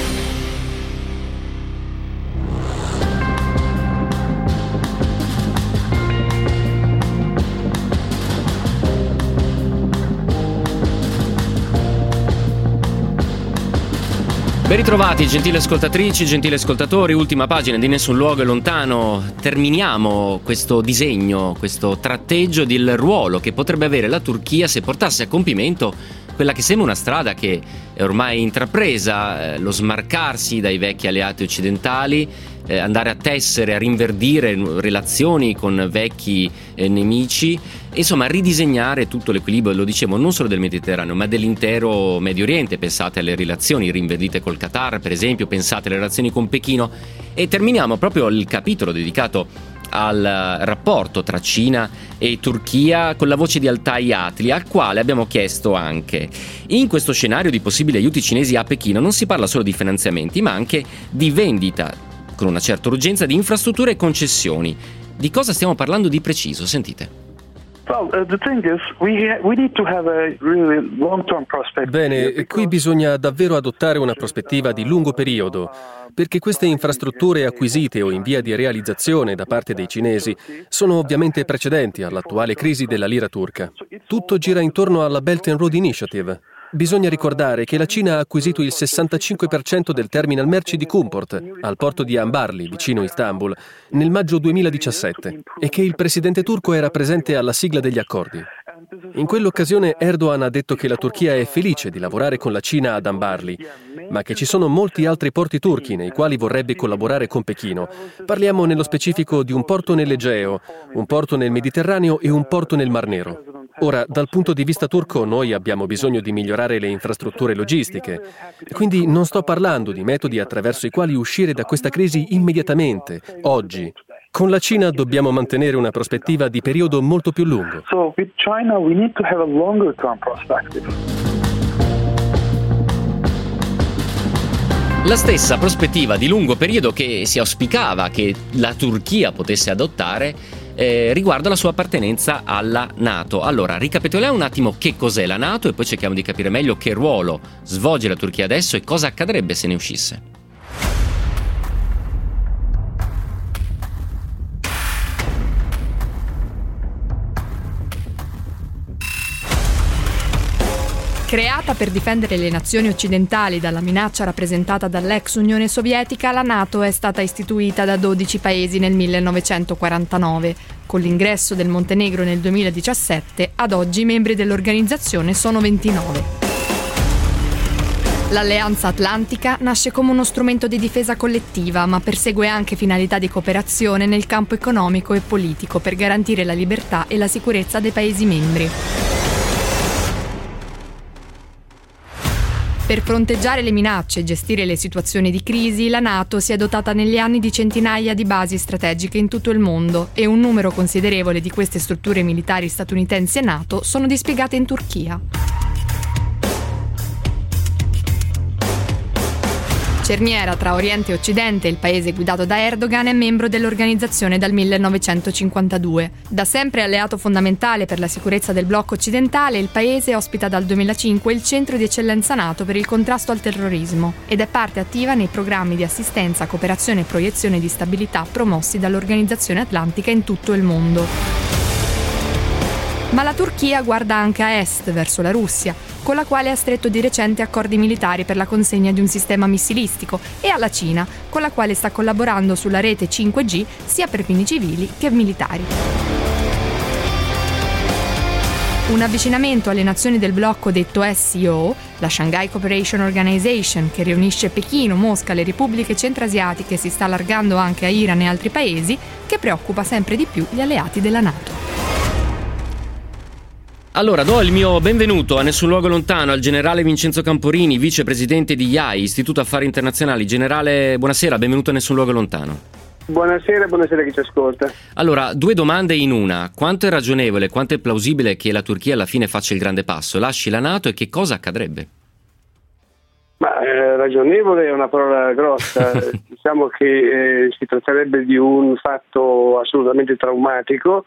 Ben ritrovati, gentili ascoltatrici, gentili ascoltatori, ultima pagina di Nessun luogo è lontano. Terminiamo questo disegno, questo tratteggio del ruolo che potrebbe avere la Turchia se portasse a compimento quella che sembra una strada che è ormai intrapresa, lo smarcarsi dai vecchi alleati occidentali, andare a tessere, a rinverdire relazioni con vecchi nemici, insomma ridisegnare tutto l'equilibrio, lo dicevo, non solo del Mediterraneo ma dell'intero Medio Oriente. Pensate alle relazioni rinverdite col Qatar, per esempio, pensate alle relazioni con Pechino, e terminiamo proprio il capitolo dedicato al rapporto tra Cina e Turchia con la voce di Altai Atli, al quale abbiamo chiesto anche: in questo scenario di possibili aiuti cinesi a Pechino non si parla solo di finanziamenti ma anche di vendita con una certa urgenza di infrastrutture e concessioni. Di cosa stiamo parlando di preciso? Sentite. Bene, qui bisogna davvero adottare una prospettiva di lungo periodo, perché queste infrastrutture acquisite o in via di realizzazione da parte dei cinesi sono ovviamente precedenti all'attuale crisi della lira turca. Tutto gira intorno alla Belt and Road Initiative. Bisogna ricordare che la Cina ha acquisito il 65% del terminal merci di Kumport, al porto di Ambarli, vicino Istanbul, nel maggio 2017, e che il presidente turco era presente alla sigla degli accordi. In quell'occasione Erdogan ha detto che la Turchia è felice di lavorare con la Cina ad Ambarli, ma che ci sono molti altri porti turchi nei quali vorrebbe collaborare con Pechino. Parliamo nello specifico di un porto nell'Egeo, un porto nel Mediterraneo e un porto nel Mar Nero. Ora, dal punto di vista turco, noi abbiamo bisogno di migliorare le infrastrutture logistiche. Quindi non sto parlando di metodi attraverso i quali uscire da questa crisi immediatamente, oggi. Con la Cina dobbiamo mantenere una prospettiva di periodo molto più lungo. So with China we need to have a longer term perspective. La stessa prospettiva di lungo periodo che si auspicava che la Turchia potesse adottare riguardo la sua appartenenza alla NATO. Allora, ricapitoliamo un attimo che cos'è la NATO e poi cerchiamo di capire meglio che ruolo svolge la Turchia adesso e cosa accadrebbe se ne uscisse. Creata per difendere le nazioni occidentali dalla minaccia rappresentata dall'ex Unione Sovietica, la NATO è stata istituita da 12 paesi nel 1949. Con l'ingresso del Montenegro nel 2017, ad oggi i membri dell'organizzazione sono 29. L'Alleanza Atlantica nasce come uno strumento di difesa collettiva, ma persegue anche finalità di cooperazione nel campo economico e politico per garantire la libertà e la sicurezza dei Paesi membri. Per fronteggiare le minacce e gestire le situazioni di crisi, la NATO si è dotata negli anni di centinaia di basi strategiche in tutto il mondo e un numero considerevole di queste strutture militari statunitensi e NATO sono dispiegate in Turchia. Cerniera tra Oriente e Occidente, il paese guidato da Erdogan è membro dell'organizzazione dal 1952. Da sempre alleato fondamentale per la sicurezza del blocco occidentale, il paese ospita dal 2005 il centro di eccellenza NATO per il contrasto al terrorismo ed è parte attiva nei programmi di assistenza, cooperazione e proiezione di stabilità promossi dall'Organizzazione Atlantica in tutto il mondo. Ma la Turchia guarda anche a est, verso la Russia, con la quale ha stretto di recente accordi militari per la consegna di un sistema missilistico, e alla Cina, con la quale sta collaborando sulla rete 5G sia per fini civili che militari. Un avvicinamento alle nazioni del blocco detto SCO, la Shanghai Cooperation Organization, che riunisce Pechino, Mosca, le repubbliche centrasiatiche, si sta allargando anche a Iran e altri paesi, che preoccupa sempre di più gli alleati della NATO. Allora, do il mio benvenuto a Nessun Luogo Lontano al generale Vincenzo Camporini, vicepresidente di IAI, Istituto Affari Internazionali. Generale, buonasera, benvenuto a Nessun Luogo Lontano. Buonasera a chi ci ascolta. Allora, due domande in una. Quanto è ragionevole, quanto è plausibile che la Turchia alla fine faccia il grande passo, lasci la NATO, e che cosa accadrebbe? Ma ragionevole è una parola grossa. Diciamo che si tratterebbe di un fatto assolutamente traumatico,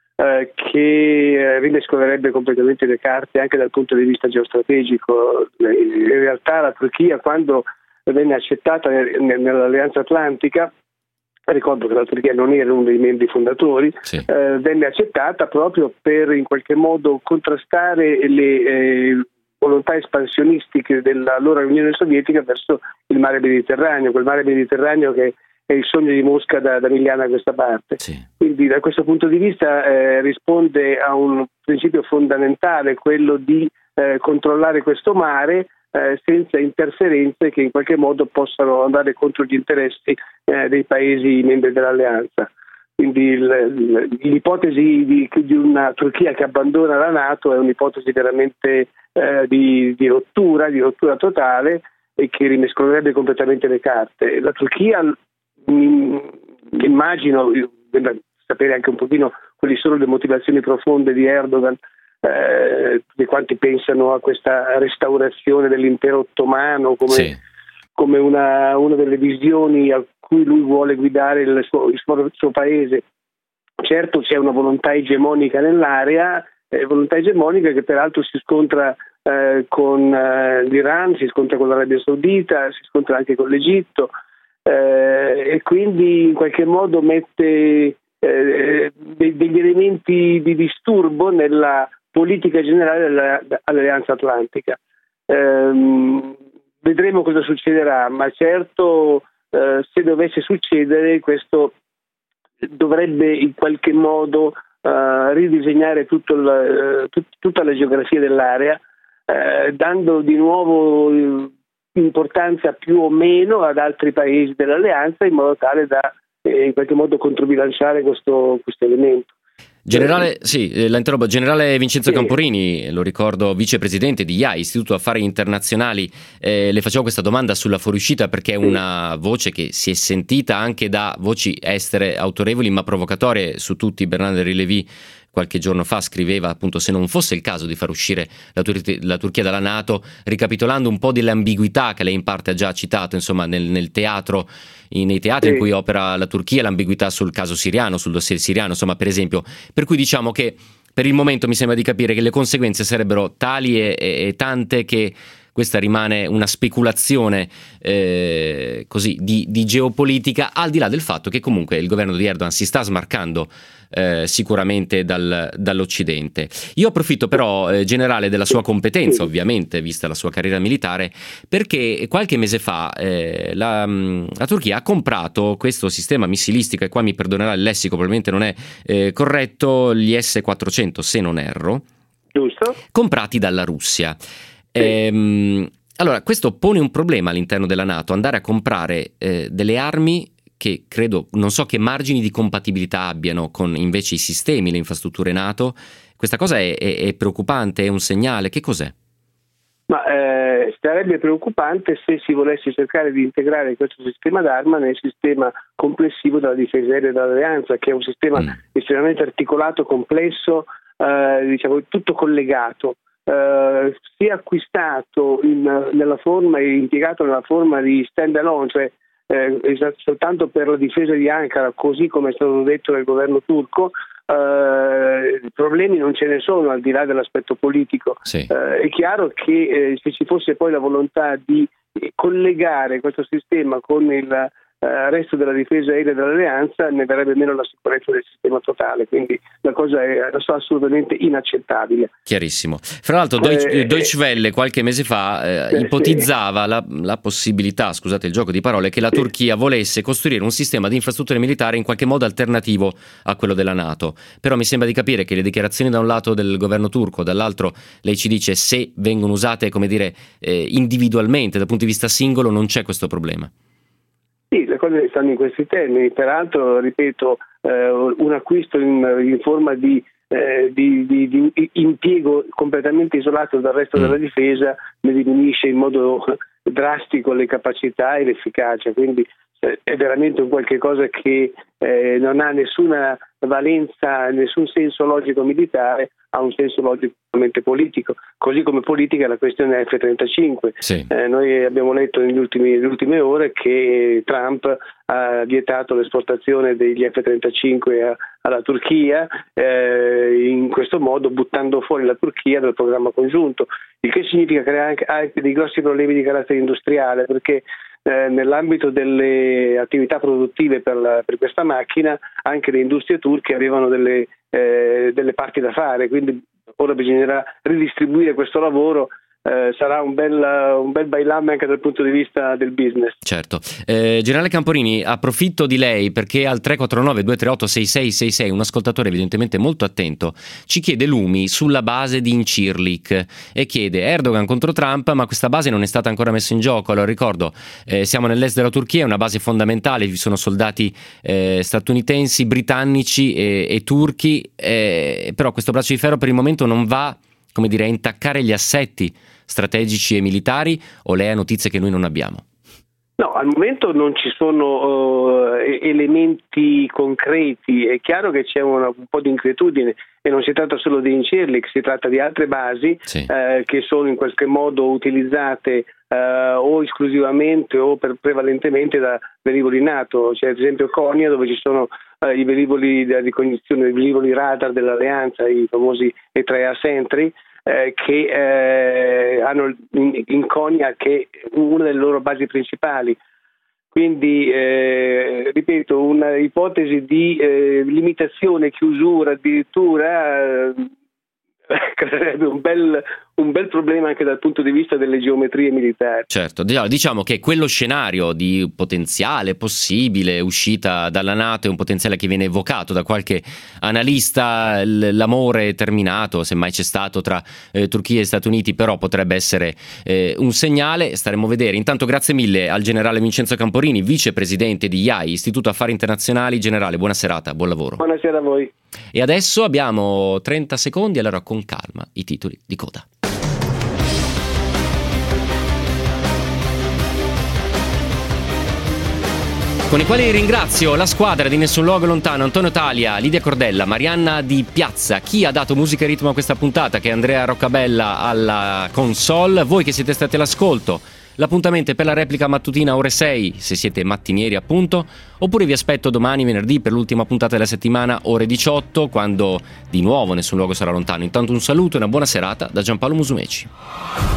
che rimescolerebbe completamente le carte anche dal punto di vista geostrategico. In realtà la Turchia, quando venne accettata nell'Alleanza Atlantica, ricordo che la Turchia non era uno dei membri fondatori, sì. Venne accettata proprio per in qualche modo contrastare le volontà espansionistiche dell'allora Unione Sovietica verso il mare Mediterraneo, quel mare Mediterraneo che è il sogno di Mosca da migliaia a questa parte. Sì. Quindi da questo punto di vista risponde a un principio fondamentale, quello di controllare questo mare senza interferenze che in qualche modo possano andare contro gli interessi dei paesi membri dell'alleanza. Quindi l'ipotesi di una Turchia che abbandona la NATO è un'ipotesi veramente di rottura totale, e che rimescolerebbe completamente le carte. La Turchia, immagino, sapere anche un pochino quali sono le motivazioni profonde di Erdogan, di quanti pensano a questa restaurazione dell'impero ottomano come una delle visioni a cui lui vuole guidare il suo paese. Certo, c'è una volontà egemonica nell'area, volontà egemonica che peraltro si scontra con l'Iran, si scontra con l'Arabia Saudita, si scontra anche con l'Egitto, e quindi in qualche modo mette degli elementi di disturbo nella politica generale dell'Alleanza Atlantica. Vedremo cosa succederà, ma certo se dovesse succedere, questo dovrebbe in qualche modo ridisegnare tutta la geografia dell'area, dando di nuovo importanza più o meno ad altri paesi dell'alleanza, in modo tale da in qualche modo controbilanciare questo elemento. Generale, la interrompo. Generale Vincenzo Camporini, lo ricordo, vicepresidente di IAI, Istituto Affari Internazionali. Le facevo questa domanda sulla fuoriuscita perché è una voce che si è sentita anche da voci estere autorevoli ma provocatorie su tutti. Bernard Rilevi qualche giorno fa scriveva appunto se non fosse il caso di far uscire la Turchia dalla NATO, ricapitolando un po' delle ambiguità che lei in parte ha già citato, insomma nei teatri in cui opera la Turchia, l'ambiguità sul caso siriano, sul dossier siriano, insomma, per esempio, per cui diciamo che per il momento mi sembra di capire che le conseguenze sarebbero tali e tante che questa rimane una speculazione così di geopolitica, al di là del fatto che comunque il governo di Erdogan si sta smarcando sicuramente dall'Occidente. Io approfitto però, generale, della sua competenza, ovviamente, vista la sua carriera militare, perché qualche mese fa la Turchia ha comprato questo sistema missilistico, e qua mi perdonerà il lessico, probabilmente non è corretto, gli S-400, se non erro, giusto, comprati dalla Russia. Allora, questo pone un problema all'interno della NATO, andare a comprare delle armi che credo, non so che margini di compatibilità abbiano con invece i sistemi, le infrastrutture NATO. Questa cosa è preoccupante, è un segnale, che cos'è? Ma sarebbe preoccupante se si volesse cercare di integrare questo sistema d'arma nel sistema complessivo della difesa aerea dell'Alleanza, che è un sistema estremamente articolato, complesso, diciamo tutto collegato. Sia acquistato nella forma e impiegato nella forma di stand alone, cioè soltanto per la difesa di Ankara, così come è stato detto dal governo turco, problemi non ce ne sono al di là dell'aspetto politico. Sì. È chiaro che se ci fosse poi la volontà di collegare questo sistema con il resto della difesa aerea dell'Alleanza, ne verrebbe meno la sicurezza del sistema totale, quindi la cosa è assolutamente inaccettabile. Chiarissimo. Fra l'altro Deutsche Welle qualche mese fa ipotizzava la possibilità, scusate il gioco di parole, che la Turchia volesse costruire un sistema di infrastrutture militari in qualche modo alternativo a quello della NATO, però mi sembra di capire che le dichiarazioni da un lato del governo turco, dall'altro lei ci dice se vengono usate, come dire, individualmente, dal punto di vista singolo, non c'è questo problema. Sì, le cose stanno in questi termini. Peraltro, ripeto, un acquisto in forma di impiego completamente isolato dal resto della difesa ne diminuisce in modo drastico le capacità e l'efficacia, quindi è veramente un qualche cosa che non ha nessuna valenza, nessun senso logico militare, ha un senso logico politico, così come politica è la questione F-35. Sì. Noi abbiamo letto nelle ultime ore che Trump ha vietato l'esportazione degli F-35 alla Turchia, in questo modo buttando fuori la Turchia dal programma congiunto, il che significa creare anche dei grossi problemi di carattere industriale, perché nell'ambito delle attività produttive per questa macchina anche le industrie turche avevano delle parti da fare, quindi ora bisognerà ridistribuire questo lavoro. Sarà un bel bailamme anche dal punto di vista del business. Certo. Generale Camporini, approfitto di lei perché al 349-238-6666 un ascoltatore evidentemente molto attento ci chiede lumi sulla base di Incirlik e chiede: Erdogan contro Trump, ma questa base non è stata ancora messa in gioco. Allora ricordo, siamo nell'est della Turchia, è una base fondamentale, ci sono soldati statunitensi, britannici e turchi, però questo braccio di ferro per il momento non va, come dire, a intaccare gli assetti strategici e militari, o lei ha notizie che noi non abbiamo? No, al momento non ci sono elementi concreti. È chiaro che c'è un po' di inquietudine e non si tratta solo di Incirlik, si tratta di altre basi che sono in qualche modo utilizzate o esclusivamente o prevalentemente da velivoli NATO. C'è ad esempio Konya, dove ci sono i velivoli da ricognizione, i velivoli radar dell'Alleanza, i famosi E3A Sentry, che hanno in Konya, che è una delle loro basi principali. Quindi, ripeto, una ipotesi di limitazione, chiusura addirittura, creerebbe un bel problema anche dal punto di vista delle geometrie militari. Certo, diciamo che quello scenario di potenziale possibile uscita dalla NATO è un potenziale che viene evocato da qualche analista. L'amore è terminato, semmai c'è stato, tra Turchia e Stati Uniti, però potrebbe essere un segnale, staremo a vedere. Intanto grazie mille al generale Vincenzo Camporini, vicepresidente di IAI, Istituto Affari Internazionali. Generale, buona serata, buon lavoro. Buonasera a voi. E adesso abbiamo 30 secondi, allora con calma i titoli di coda. con i quali ringrazio la squadra di Nessun Luogo Lontano, Antonio Talia, Lidia Cordella, Marianna Di Piazza, chi ha dato musica e ritmo a questa puntata, che è Andrea Roccabella alla console, voi che siete stati all'ascolto. L'appuntamento è per la replica mattutina ore 6, se siete mattinieri appunto, oppure vi aspetto domani venerdì per l'ultima puntata della settimana ore 18, quando di nuovo Nessun Luogo sarà lontano. Intanto un saluto e una buona serata da Giampaolo Musumeci.